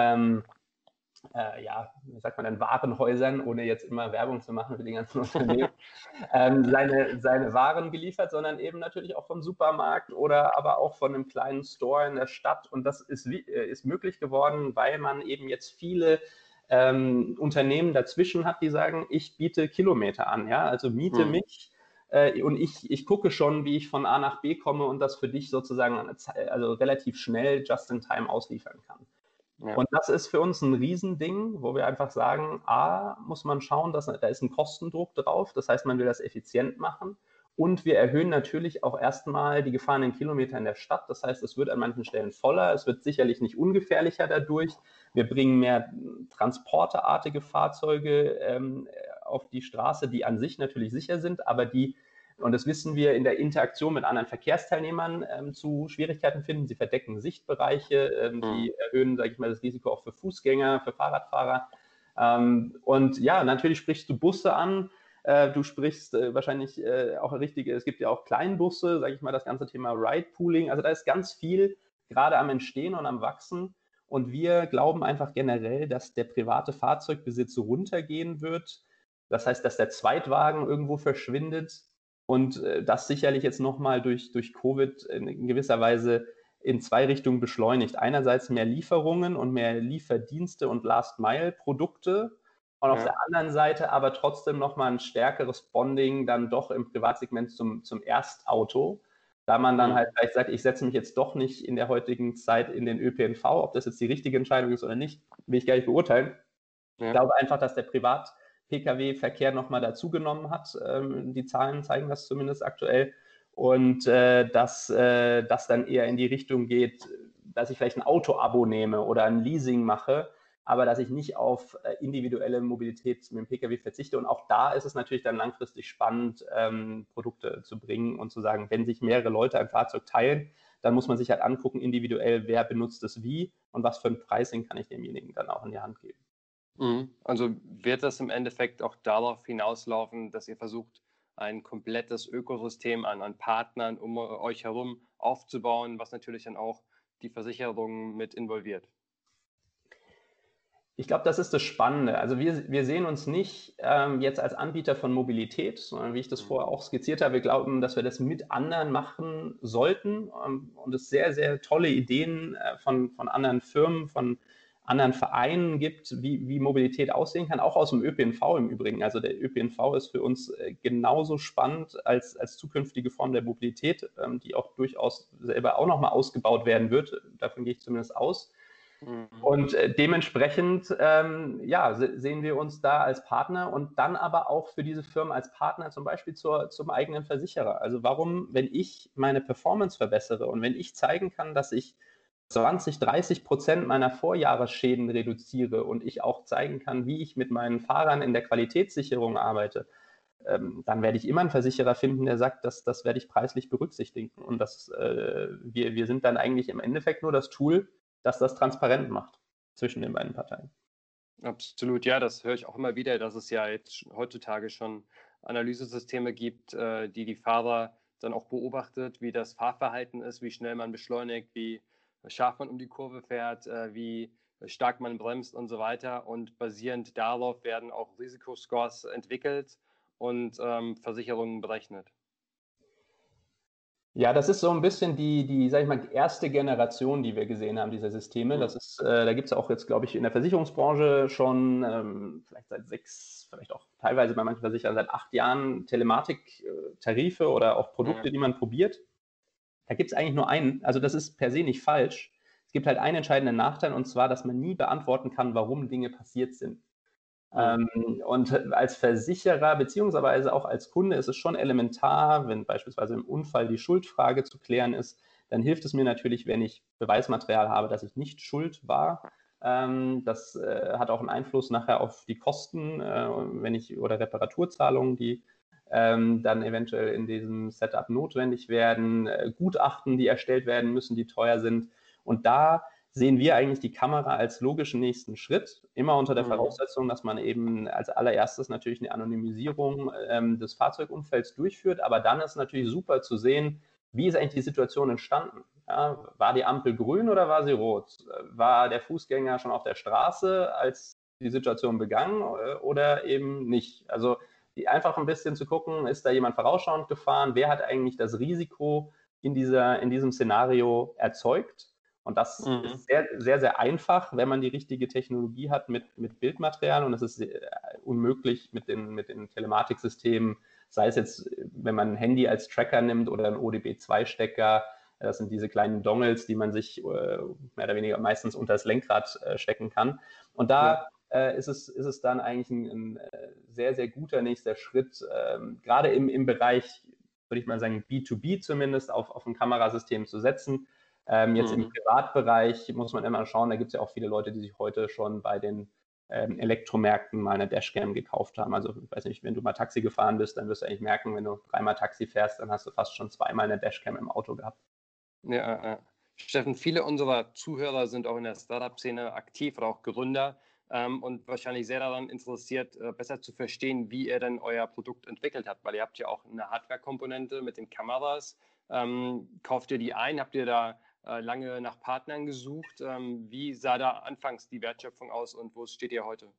wie sagt man denn, Warenhäusern, ohne jetzt immer Werbung zu machen für die ganzen Unternehmen, seine Waren geliefert, sondern eben natürlich auch vom Supermarkt oder aber auch von einem kleinen Store in der Stadt. Und das ist möglich geworden, weil man eben jetzt viele Unternehmen dazwischen hat, die sagen, ich biete Kilometer an, ja, also miete mich und ich gucke schon, wie ich von A nach B komme und das für dich sozusagen also relativ schnell just in time ausliefern kann. Ja. Und das ist für uns ein Riesending, wo wir einfach sagen, A, muss man schauen, da ist ein Kostendruck drauf, das heißt, man will das effizient machen. Und wir erhöhen natürlich auch erstmal die gefahrenen Kilometer in der Stadt. Das heißt, es wird an manchen Stellen voller, es wird sicherlich nicht ungefährlicher dadurch. Wir bringen mehr transporterartige Fahrzeuge auf die Straße, die an sich natürlich sicher sind, aber die, und das wissen wir, in der Interaktion mit anderen Verkehrsteilnehmern zu Schwierigkeiten finden. Sie verdecken Sichtbereiche, sie erhöhen, sage ich mal, das Risiko auch für Fußgänger, für Fahrradfahrer. Und ja, natürlich sprichst du Busse an. Du sprichst wahrscheinlich auch richtige, es gibt ja auch Kleinbusse, sage ich mal, das ganze Thema Ride-Pooling. Also da ist ganz viel gerade am Entstehen und am Wachsen. Und wir glauben einfach generell, dass der private Fahrzeugbesitz runtergehen wird. Das heißt, dass der Zweitwagen irgendwo verschwindet und das sicherlich jetzt nochmal durch Covid in gewisser Weise in zwei Richtungen beschleunigt. Einerseits mehr Lieferungen und mehr Lieferdienste und Last-Mile-Produkte. Und auf der anderen Seite aber trotzdem nochmal ein stärkeres Bonding dann doch im Privatsegment zum Erstauto, da man dann halt vielleicht sagt, ich setze mich jetzt doch nicht in der heutigen Zeit in den ÖPNV, ob das jetzt die richtige Entscheidung ist oder nicht, will ich gar nicht beurteilen. Ja. Ich glaube einfach, dass der Privat-Pkw-Verkehr nochmal dazugenommen hat. Die Zahlen zeigen das zumindest aktuell. Und dass das dann eher in die Richtung geht, dass ich vielleicht ein Auto-Abo nehme oder ein Leasing mache, aber dass ich nicht auf individuelle Mobilität mit dem Pkw verzichte. Und auch da ist es natürlich dann langfristig spannend, Produkte zu bringen und zu sagen, wenn sich mehrere Leute ein Fahrzeug teilen, dann muss man sich halt angucken, individuell, wer benutzt es wie und was für ein Pricing kann ich demjenigen dann auch in die Hand geben. Also wird das im Endeffekt auch darauf hinauslaufen, dass ihr versucht, ein komplettes Ökosystem an Partnern um euch herum aufzubauen, was natürlich dann auch die Versicherung mit involviert? Ich glaube, das ist das Spannende. Also wir sehen uns nicht jetzt als Anbieter von Mobilität, sondern wie ich das vorher auch skizziert habe, wir glauben, dass wir das mit anderen machen sollten und es sehr, sehr tolle Ideen von anderen Firmen, von anderen Vereinen gibt, wie Mobilität aussehen kann, auch aus dem ÖPNV im Übrigen. Also der ÖPNV ist für uns genauso spannend als zukünftige Form der Mobilität, die auch durchaus selber auch nochmal ausgebaut werden wird. Davon gehe ich zumindest aus. Und dementsprechend sehen wir uns da als Partner und dann aber auch für diese Firmen als Partner zum Beispiel zum eigenen Versicherer. Also warum, wenn ich meine Performance verbessere und wenn ich zeigen kann, dass ich 20-30% meiner Vorjahresschäden reduziere und ich auch zeigen kann, wie ich mit meinen Fahrern in der Qualitätssicherung arbeite, dann werde ich immer einen Versicherer finden, der sagt, das werde ich preislich berücksichtigen. Und wir sind dann eigentlich im Endeffekt nur das Tool, dass das transparent macht zwischen den beiden Parteien. Absolut, ja, das höre ich auch immer wieder, dass es ja jetzt heutzutage schon Analysesysteme gibt, die Fahrer dann auch beobachtet, wie das Fahrverhalten ist, wie schnell man beschleunigt, wie scharf man um die Kurve fährt, wie stark man bremst und so weiter. Und basierend darauf werden auch Risikoscores entwickelt und Versicherungen berechnet. Ja, das ist so ein bisschen sag ich mal, erste Generation, die wir gesehen haben, dieser Systeme. Das ist, da gibt es auch jetzt, glaube ich, in der Versicherungsbranche schon vielleicht seit 6, vielleicht auch teilweise bei manchen Versicherern seit 8 Jahren Telematiktarife oder auch Produkte, die man probiert. Da gibt es eigentlich nur einen, also das ist per se nicht falsch. Es gibt halt einen entscheidenden Nachteil und zwar, dass man nie beantworten kann, warum Dinge passiert sind. Und als Versicherer beziehungsweise auch als Kunde ist es schon elementar, wenn beispielsweise im Unfall die Schuldfrage zu klären ist, dann hilft es mir natürlich, wenn ich Beweismaterial habe, dass ich nicht schuld war. Das hat auch einen Einfluss nachher auf die Kosten, oder Reparaturzahlungen, die dann eventuell in diesem Setup notwendig werden, Gutachten, die erstellt werden müssen, die teuer sind. Und da sehen wir eigentlich die Kamera als logischen nächsten Schritt, immer unter der Voraussetzung, dass man eben als allererstes natürlich eine Anonymisierung des Fahrzeugumfelds durchführt, aber dann ist natürlich super zu sehen, wie ist eigentlich die Situation entstanden? Ja, war die Ampel grün oder war sie rot? War der Fußgänger schon auf der Straße, als die Situation begann oder eben nicht? Also einfach ein bisschen zu gucken, ist da jemand vorausschauend gefahren? Wer hat eigentlich das Risiko in diesem Szenario erzeugt? Und das ist sehr, sehr, sehr einfach, wenn man die richtige Technologie hat mit Bildmaterial. Und es ist unmöglich mit den Telematiksystemen, sei es jetzt, wenn man ein Handy als Tracker nimmt oder einen ODB2-Stecker. Das sind diese kleinen Dongles, die man sich mehr oder weniger meistens unter das Lenkrad stecken kann. Und da ist es dann eigentlich ein sehr, sehr guter nächster Schritt, gerade im Bereich, würde ich mal sagen, B2B zumindest, auf ein Kamerasystem zu setzen. Jetzt im Privatbereich muss man immer schauen, da gibt es ja auch viele Leute, die sich heute schon bei den Elektromärkten mal eine Dashcam gekauft haben. Also ich weiß nicht, wenn du mal Taxi gefahren bist, dann wirst du eigentlich merken, wenn du 3-mal Taxi fährst, dann hast du fast schon 2-mal eine Dashcam im Auto gehabt. Ja. Steffen, viele unserer Zuhörer sind auch in der Startup-Szene aktiv oder auch Gründer und wahrscheinlich sehr daran interessiert, besser zu verstehen, wie ihr denn euer Produkt entwickelt habt, weil ihr habt ja auch eine Hardware-Komponente mit den Kameras. Kauft ihr die ein? Habt ihr da lange nach Partnern gesucht? Wie sah da anfangs die Wertschöpfung aus und wo steht ihr heute?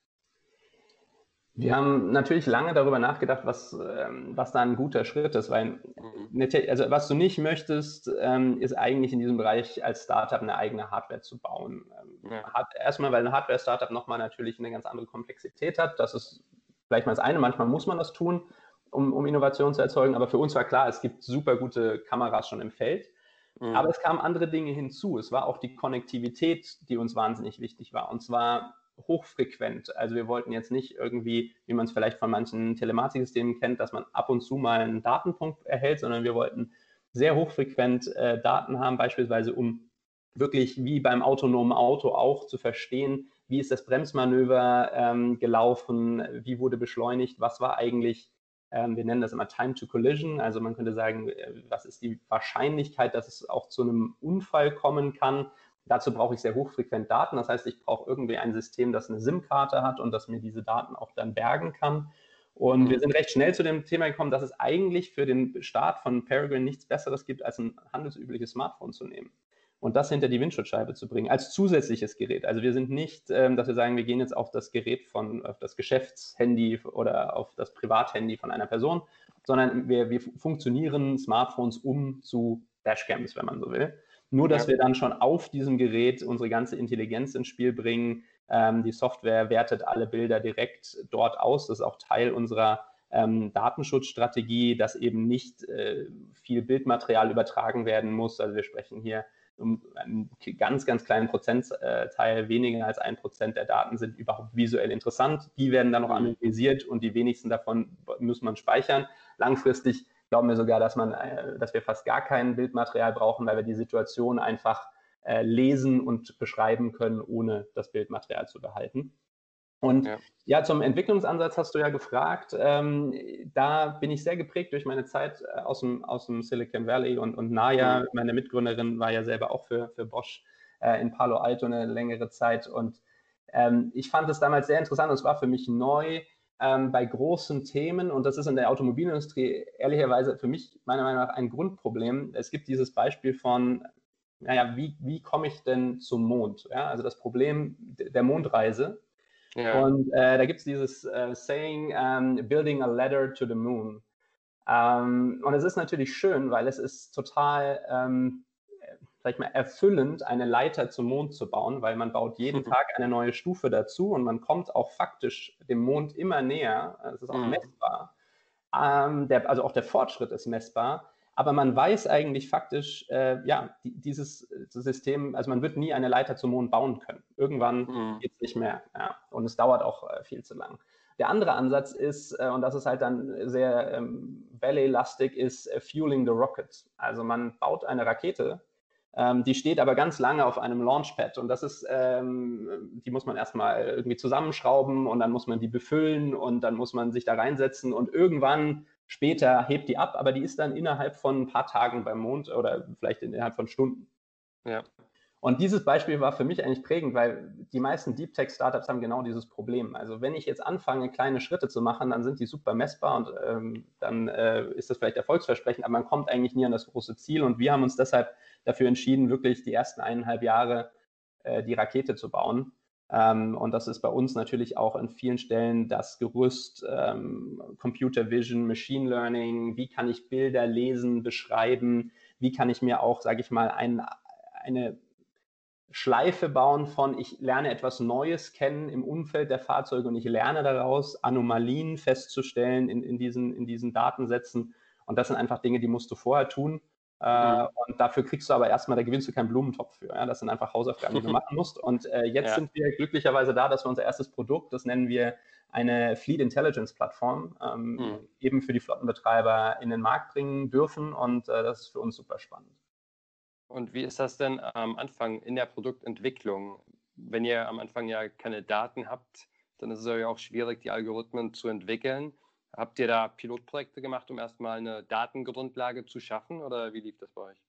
Wir haben natürlich lange darüber nachgedacht, was da ein guter Schritt ist, weil also was du nicht möchtest, ist eigentlich in diesem Bereich als Startup eine eigene Hardware zu bauen. Erstmal, weil ein Hardware-Startup nochmal natürlich eine ganz andere Komplexität hat. Das ist vielleicht mal das eine. Manchmal muss man das tun, um Innovation zu erzeugen. Aber für uns war klar, es gibt super gute Kameras schon im Feld. Aber es kamen andere Dinge hinzu. Es war auch die Konnektivität, die uns wahnsinnig wichtig war. Und zwar hochfrequent. Also wir wollten jetzt nicht irgendwie, wie man es vielleicht von manchen Telematiksystemen kennt, dass man ab und zu mal einen Datenpunkt erhält, sondern wir wollten sehr hochfrequent Daten haben, beispielsweise um wirklich wie beim autonomen Auto auch zu verstehen, wie ist das Bremsmanöver gelaufen, wie wurde beschleunigt, was war eigentlich, wir nennen das immer Time to Collision, also man könnte sagen, was ist die Wahrscheinlichkeit, dass es auch zu einem Unfall kommen kann. Dazu brauche ich sehr hochfrequent Daten. Das heißt, ich brauche irgendwie ein System, das eine SIM-Karte hat und das mir diese Daten auch dann bergen kann. Und wir sind recht schnell zu dem Thema gekommen, dass es eigentlich für den Start von Peregrine nichts Besseres gibt, als ein handelsübliches Smartphone zu nehmen und das hinter die Windschutzscheibe zu bringen, als zusätzliches Gerät. Also wir sind nicht, dass wir sagen, wir gehen jetzt auf das Gerät auf das Geschäftshandy oder auf das Privathandy von einer Person, sondern wir funktionieren Smartphones zu Dashcams, wenn man so will. Nur, dass wir dann schon auf diesem Gerät unsere ganze Intelligenz ins Spiel bringen. Die Software wertet alle Bilder direkt dort aus. Das ist auch Teil unserer Datenschutzstrategie, dass eben nicht viel Bildmaterial übertragen werden muss. Also wir sprechen hier um einen ganz, ganz kleinen Prozentteil, weniger als 1% der Daten sind überhaupt visuell interessant. Die werden dann noch analysiert und die wenigsten davon muss man speichern. Langfristig glauben wir sogar, dass wir fast gar kein Bildmaterial brauchen, weil wir die Situation einfach lesen und beschreiben können, ohne das Bildmaterial zu behalten. Und ja, zum Entwicklungsansatz hast du ja gefragt. Da bin ich sehr geprägt durch meine Zeit aus dem Silicon Valley und Naya, meine Mitgründerin, war ja selber auch für Bosch in Palo Alto eine längere Zeit. Und ich fand es damals sehr interessant und es war für mich neu, bei großen Themen, und das ist in der Automobilindustrie ehrlicherweise für mich meiner Meinung nach ein Grundproblem. Es gibt dieses Beispiel von, naja, wie komme ich denn zum Mond? Ja, also das Problem der Mondreise. Ja. Und da gibt es dieses Saying, building a ladder to the moon. Und es ist natürlich schön, weil es ist total sag ich mal, erfüllend, eine Leiter zum Mond zu bauen, weil man baut jeden Tag eine neue Stufe dazu und man kommt auch faktisch dem Mond immer näher. Es ist auch messbar. Also auch der Fortschritt ist messbar. Aber man weiß eigentlich faktisch, dieses System, also man wird nie eine Leiter zum Mond bauen können. Irgendwann geht es nicht mehr. Ja. Und es dauert auch viel zu lang. Der andere Ansatz ist, und das ist halt dann sehr Valley-lastig, ist Fueling the Rocket. Also man baut eine Rakete, die steht aber ganz lange auf einem Launchpad und das ist, die muss man erstmal irgendwie zusammenschrauben und dann muss man die befüllen und dann muss man sich da reinsetzen und irgendwann später hebt die ab, aber die ist dann innerhalb von ein paar Tagen beim Mond oder vielleicht innerhalb von Stunden. Ja. Und dieses Beispiel war für mich eigentlich prägend, weil die meisten Deep Tech Startups haben genau dieses Problem. Also wenn ich jetzt anfange, kleine Schritte zu machen, dann sind die super messbar und dann ist das vielleicht erfolgsversprechend, aber man kommt eigentlich nie an das große Ziel. Und wir haben uns deshalb dafür entschieden, wirklich die ersten 1,5 Jahre die Rakete zu bauen. Und das ist bei uns natürlich auch an vielen Stellen das Gerüst, Computer Vision, Machine Learning, wie kann ich Bilder lesen, beschreiben, wie kann ich mir auch, sage ich mal, eine Schleife bauen von, ich lerne etwas Neues kennen im Umfeld der Fahrzeuge und ich lerne daraus, Anomalien festzustellen in diesen Datensätzen. Und das sind einfach Dinge, die musst du vorher tun. Und dafür kriegst du aber erstmal, da gewinnst du keinen Blumentopf für. Ja? Das sind einfach Hausaufgaben, die du machen musst. Und jetzt Ja. sind wir glücklicherweise da, dass wir unser erstes Produkt, das nennen wir eine Fleet Intelligence Plattform, eben für die Flottenbetreiber in den Markt bringen dürfen. Und das ist für uns super spannend. Und wie ist das denn am Anfang in der Produktentwicklung? Wenn ihr am Anfang ja keine Daten habt, dann ist es ja auch schwierig, die Algorithmen zu entwickeln. Habt ihr da Pilotprojekte gemacht, um erstmal eine Datengrundlage zu schaffen, oder wie lief das bei euch?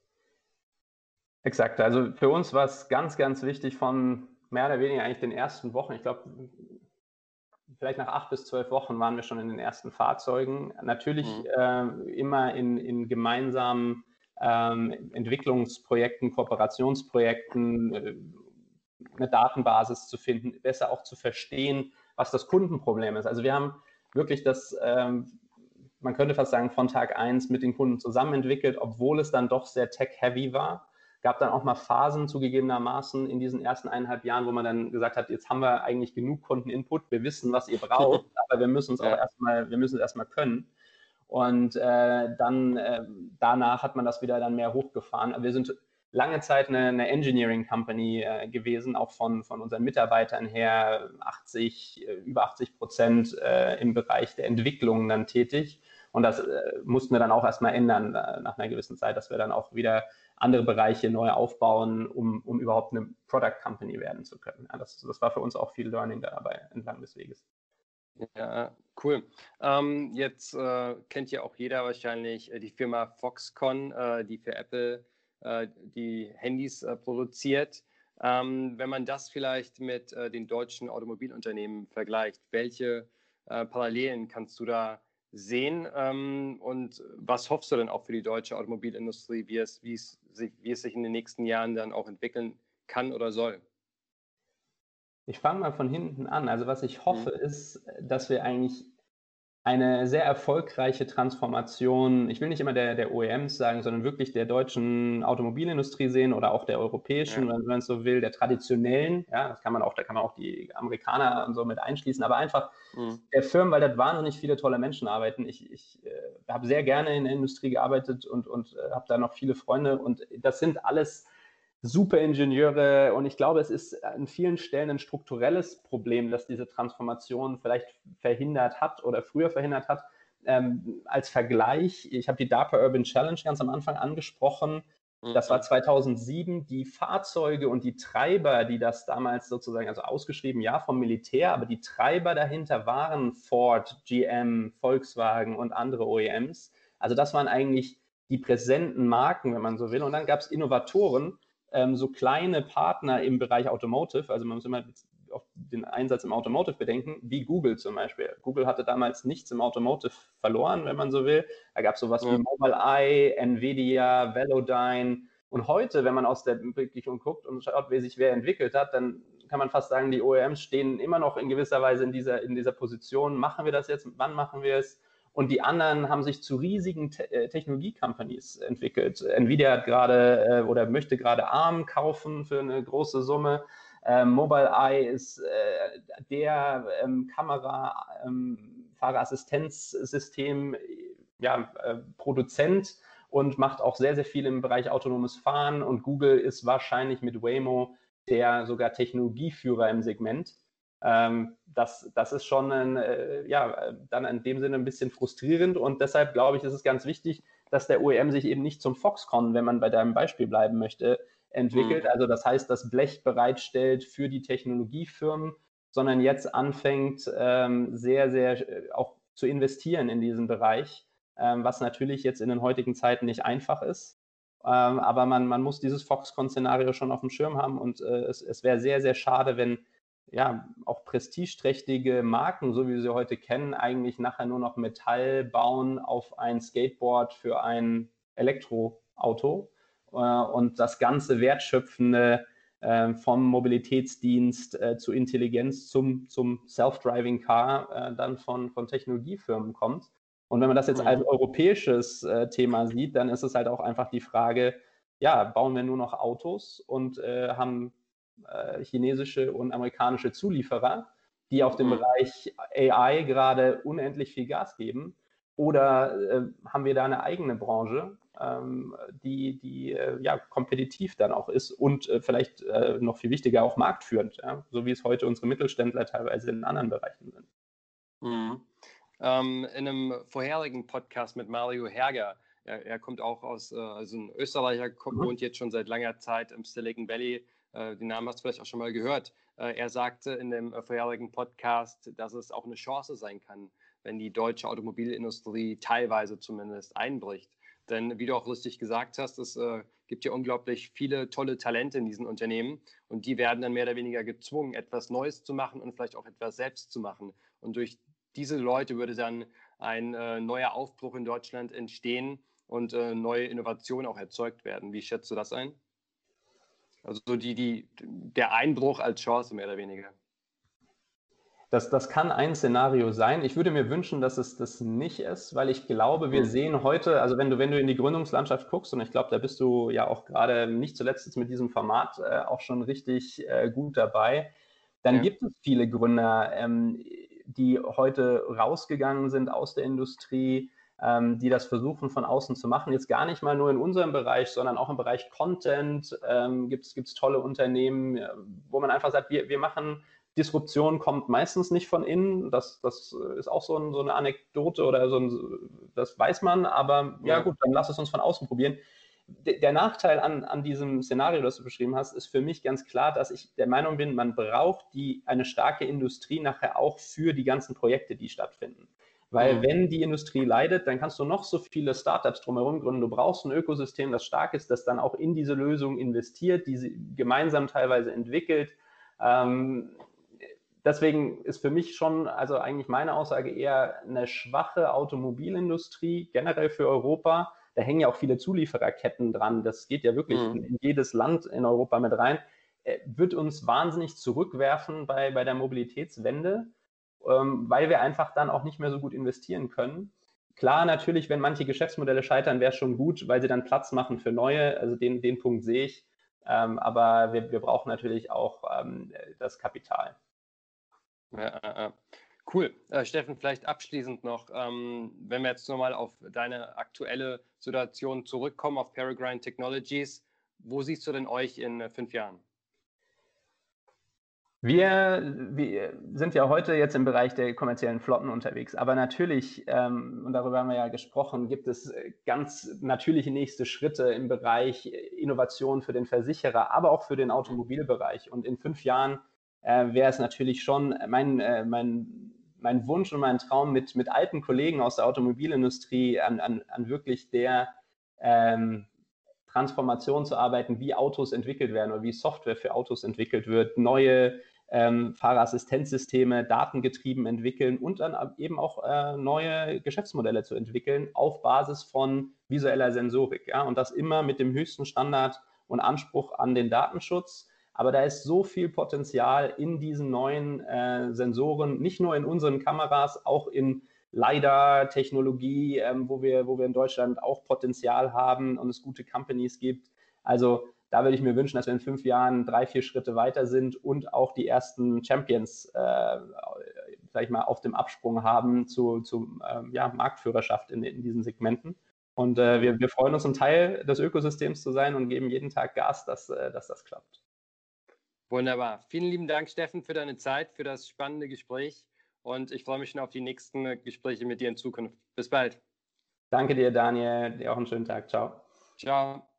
Exakt. Also für uns war es ganz, ganz wichtig von mehr oder weniger eigentlich den ersten Wochen. Ich glaube, vielleicht nach 8 bis 12 Wochen waren wir schon in den ersten Fahrzeugen. Natürlich immer in gemeinsamen Entwicklungsprojekten, Kooperationsprojekten, eine Datenbasis zu finden, besser auch zu verstehen, was das Kundenproblem ist. Also wir haben wirklich das, man könnte fast sagen, von Tag 1 mit den Kunden zusammen entwickelt, obwohl es dann doch sehr tech-heavy war. Gab dann auch mal Phasen zugegebenermaßen in diesen ersten 1,5 Jahren, wo man dann gesagt hat, jetzt haben wir eigentlich genug Kundeninput, wir wissen, was ihr braucht, aber wir müssen es auch erstmal können. Und danach hat man das wieder dann mehr hochgefahren. Wir sind lange Zeit eine Engineering Company gewesen, auch von unseren Mitarbeitern her, über 80% im Bereich der Entwicklung dann tätig. Und das mussten wir dann auch erstmal ändern nach einer gewissen Zeit, dass wir dann auch wieder andere Bereiche neu aufbauen, um überhaupt eine Product Company werden zu können. Ja, das war für uns auch viel Learning dabei entlang des Weges. Ja, cool. Jetzt kennt ja auch jeder wahrscheinlich die Firma Foxconn, die für Apple die Handys produziert. Wenn man das vielleicht mit den deutschen Automobilunternehmen vergleicht, welche Parallelen kannst du da sehen und was hoffst du denn auch für die deutsche Automobilindustrie, wie es sich in den nächsten Jahren dann auch entwickeln kann oder soll? Ich fange mal von hinten an. Also was ich hoffe, ist, dass wir eigentlich eine sehr erfolgreiche Transformation, ich will nicht immer der OEMs sagen, sondern wirklich der deutschen Automobilindustrie sehen oder auch der europäischen, wenn man es so will, der traditionellen. Ja, da kann man auch die Amerikaner und so mit einschließen, aber einfach der Firmen, weil da wahnsinnig viele tolle Menschen arbeiten. Ich habe sehr gerne in der Industrie gearbeitet und habe da noch viele Freunde und das sind alles super Ingenieure und ich glaube, es ist an vielen Stellen ein strukturelles Problem, das diese Transformation vielleicht verhindert hat oder früher verhindert hat. Als Vergleich, ich habe die DARPA Urban Challenge ganz am Anfang angesprochen. Das war 2007. Die Fahrzeuge und die Treiber, die das damals sozusagen, also ausgeschrieben, ja, vom Militär, aber die Treiber dahinter waren Ford, GM, Volkswagen und andere OEMs. Also das waren eigentlich die präsenten Marken, wenn man so will. Und dann gab es Innovatoren, so kleine Partner im Bereich Automotive, also man muss immer auf den Einsatz im Automotive bedenken, wie Google zum Beispiel. Google hatte damals nichts im Automotive verloren, wenn man so will. Da gab es sowas wie Mobileye, Nvidia, Velodyne. Und heute, wenn man aus der Entwicklung guckt und schaut, wie sich wer entwickelt hat, dann kann man fast sagen, die OEMs stehen immer noch in gewisser Weise in dieser Position. Machen wir das jetzt? Wann machen wir es? Und die anderen haben sich zu riesigen Technologie-Companies entwickelt. Nvidia hat gerade oder möchte gerade ARM kaufen für eine große Summe. Mobileye ist der Fahrerassistenzsystem Produzent und macht auch sehr, sehr viel im Bereich autonomes Fahren. Und Google ist wahrscheinlich mit Waymo der sogar Technologieführer im Segment. Das ist schon dann in dem Sinne ein bisschen frustrierend und deshalb glaube ich, ist es ganz wichtig, dass der OEM sich eben nicht zum Foxconn, wenn man bei deinem Beispiel bleiben möchte, entwickelt. Also das heißt, das Blech bereitstellt für die Technologiefirmen, sondern jetzt anfängt sehr, sehr auch zu investieren in diesen Bereich, was natürlich jetzt in den heutigen Zeiten nicht einfach ist. Aber man muss dieses Foxconn-Szenario schon auf dem Schirm haben und es wäre sehr, sehr schade, wenn ja, auch prestigeträchtige Marken, so wie wir sie heute kennen, eigentlich nachher nur noch Metall bauen auf ein Skateboard für ein Elektroauto und das ganze Wertschöpfende vom Mobilitätsdienst zu Intelligenz zum Self-Driving Car dann von Technologiefirmen kommt. Und wenn man das jetzt als europäisches Thema sieht, dann ist es halt auch einfach die Frage, ja, bauen wir nur noch Autos und haben chinesische und amerikanische Zulieferer, die auf dem Bereich AI gerade unendlich viel Gas geben? Oder haben wir da eine eigene Branche, die ja, kompetitiv dann auch ist und vielleicht noch viel wichtiger auch marktführend, ja? So wie es heute unsere Mittelständler teilweise in anderen Bereichen sind. Mhm. In einem vorherigen Podcast mit Mario Herger, er kommt auch aus, also ein Österreicher, wohnt jetzt schon seit langer Zeit im Silicon Valley, den Namen hast du vielleicht auch schon mal gehört. Er sagte in dem vorherigen Podcast, dass es auch eine Chance sein kann, wenn die deutsche Automobilindustrie teilweise zumindest einbricht. Denn wie du auch richtig gesagt hast, es gibt ja unglaublich viele tolle Talente in diesen Unternehmen und die werden dann mehr oder weniger gezwungen, etwas Neues zu machen und vielleicht auch etwas selbst zu machen. Und durch diese Leute würde dann ein neuer Aufbruch in Deutschland entstehen und neue Innovationen auch erzeugt werden. Wie schätzt du das ein? Also so der Einbruch als Chance mehr oder weniger. Das kann ein Szenario sein. Ich würde mir wünschen, dass es das nicht ist, weil ich glaube, wir sehen heute, also wenn du in die Gründungslandschaft guckst, und ich glaube, da bist du ja auch gerade nicht zuletzt jetzt mit diesem Format auch schon richtig gut dabei, dann gibt es viele Gründer, die heute rausgegangen sind aus der Industrie, die das versuchen von außen zu machen. Jetzt gar nicht mal nur in unserem Bereich, sondern auch im Bereich Content gibt es tolle Unternehmen, wo man einfach sagt, wir machen Disruption kommt meistens nicht von innen. Das ist auch so eine Anekdote oder das weiß man, aber ja gut, dann lass es uns von außen probieren. Der Nachteil an diesem Szenario, das du beschrieben hast, ist für mich ganz klar, dass ich der Meinung bin, man braucht eine starke Industrie nachher auch für die ganzen Projekte, die stattfinden. Weil wenn die Industrie leidet, dann kannst du noch so viele Startups drumherum gründen. Du brauchst ein Ökosystem, das stark ist, das dann auch in diese Lösung investiert, die sie gemeinsam teilweise entwickelt. Deswegen ist für mich schon, also eigentlich meine Aussage eher eine schwache Automobilindustrie, generell für Europa. Da hängen ja auch viele Zuliefererketten dran. Das geht ja wirklich in jedes Land in Europa mit rein. Wird uns wahnsinnig zurückwerfen bei der Mobilitätswende, weil wir einfach dann auch nicht mehr so gut investieren können. Klar, natürlich, wenn manche Geschäftsmodelle scheitern, wäre es schon gut, weil sie dann Platz machen für neue. Also den Punkt sehe ich. Aber wir brauchen natürlich auch das Kapital. Ja. Cool. Steffen, vielleicht abschließend noch, wenn wir jetzt nochmal auf deine aktuelle Situation zurückkommen, auf Peregrine Technologies, wo siehst du denn euch in 5 Jahren? Wir sind ja heute jetzt im Bereich der kommerziellen Flotten unterwegs, aber natürlich, und darüber haben wir ja gesprochen, gibt es ganz natürliche nächste Schritte im Bereich Innovation für den Versicherer, aber auch für den Automobilbereich. Und in 5 Jahren wäre es natürlich schon mein Wunsch und mein Traum, mit alten Kollegen aus der Automobilindustrie an wirklich der Transformation zu arbeiten, wie Autos entwickelt werden oder wie Software für Autos entwickelt wird, neue Fahrerassistenzsysteme datengetrieben entwickeln und dann eben auch neue Geschäftsmodelle zu entwickeln auf Basis von visueller Sensorik. Ja? Und das immer mit dem höchsten Standard und Anspruch an den Datenschutz. Aber da ist so viel Potenzial in diesen neuen Sensoren, nicht nur in unseren Kameras, auch in LiDAR-Technologie, wo wir in Deutschland auch Potenzial haben und es gute Companies gibt. Also da würde ich mir wünschen, dass wir in 5 Jahren 3, 4 Schritte weiter sind und auch die ersten Champions, sag ich mal, auf dem Absprung haben zu Marktführerschaft in diesen Segmenten. Und wir freuen uns, ein Teil des Ökosystems zu sein und geben jeden Tag Gas, dass das klappt. Wunderbar. Vielen lieben Dank, Steffen, für deine Zeit, für das spannende Gespräch. Und ich freue mich schon auf die nächsten Gespräche mit dir in Zukunft. Bis bald. Danke dir, Daniel. Dir auch einen schönen Tag. Ciao. Ciao.